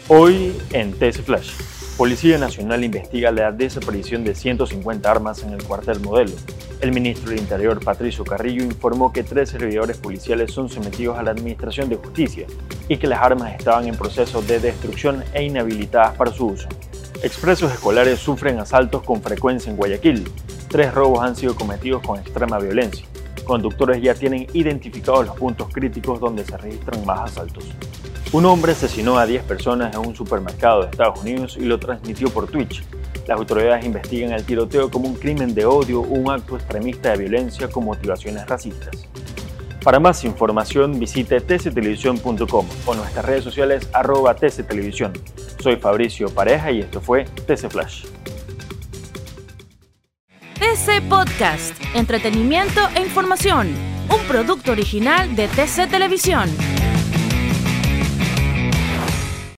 Hoy en TC Flash, Policía Nacional investiga la desaparición de 150 armas en el cuartel Modelo. El ministro del Interior, Patricio Carrillo, informó que 3 servidores policiales son sometidos a la Administración de Justicia y que las armas estaban en proceso de destrucción e inhabilitadas para su uso. Expresos escolares sufren asaltos con frecuencia en Guayaquil. 3 robos han sido cometidos con extrema violencia. Conductores ya tienen identificados los puntos críticos donde se registran más asaltos. Un hombre asesinó a 10 personas en un supermercado de Estados Unidos y lo transmitió por Twitch. Las autoridades investigan el tiroteo como un crimen de odio o un acto extremista de violencia con motivaciones racistas. Para más información visite tctelevisión.com o nuestras redes sociales @tctelevisión. Soy Fabricio Pareja y esto fue TC Flash. TC Podcast, entretenimiento e información, un producto original de TC Televisión.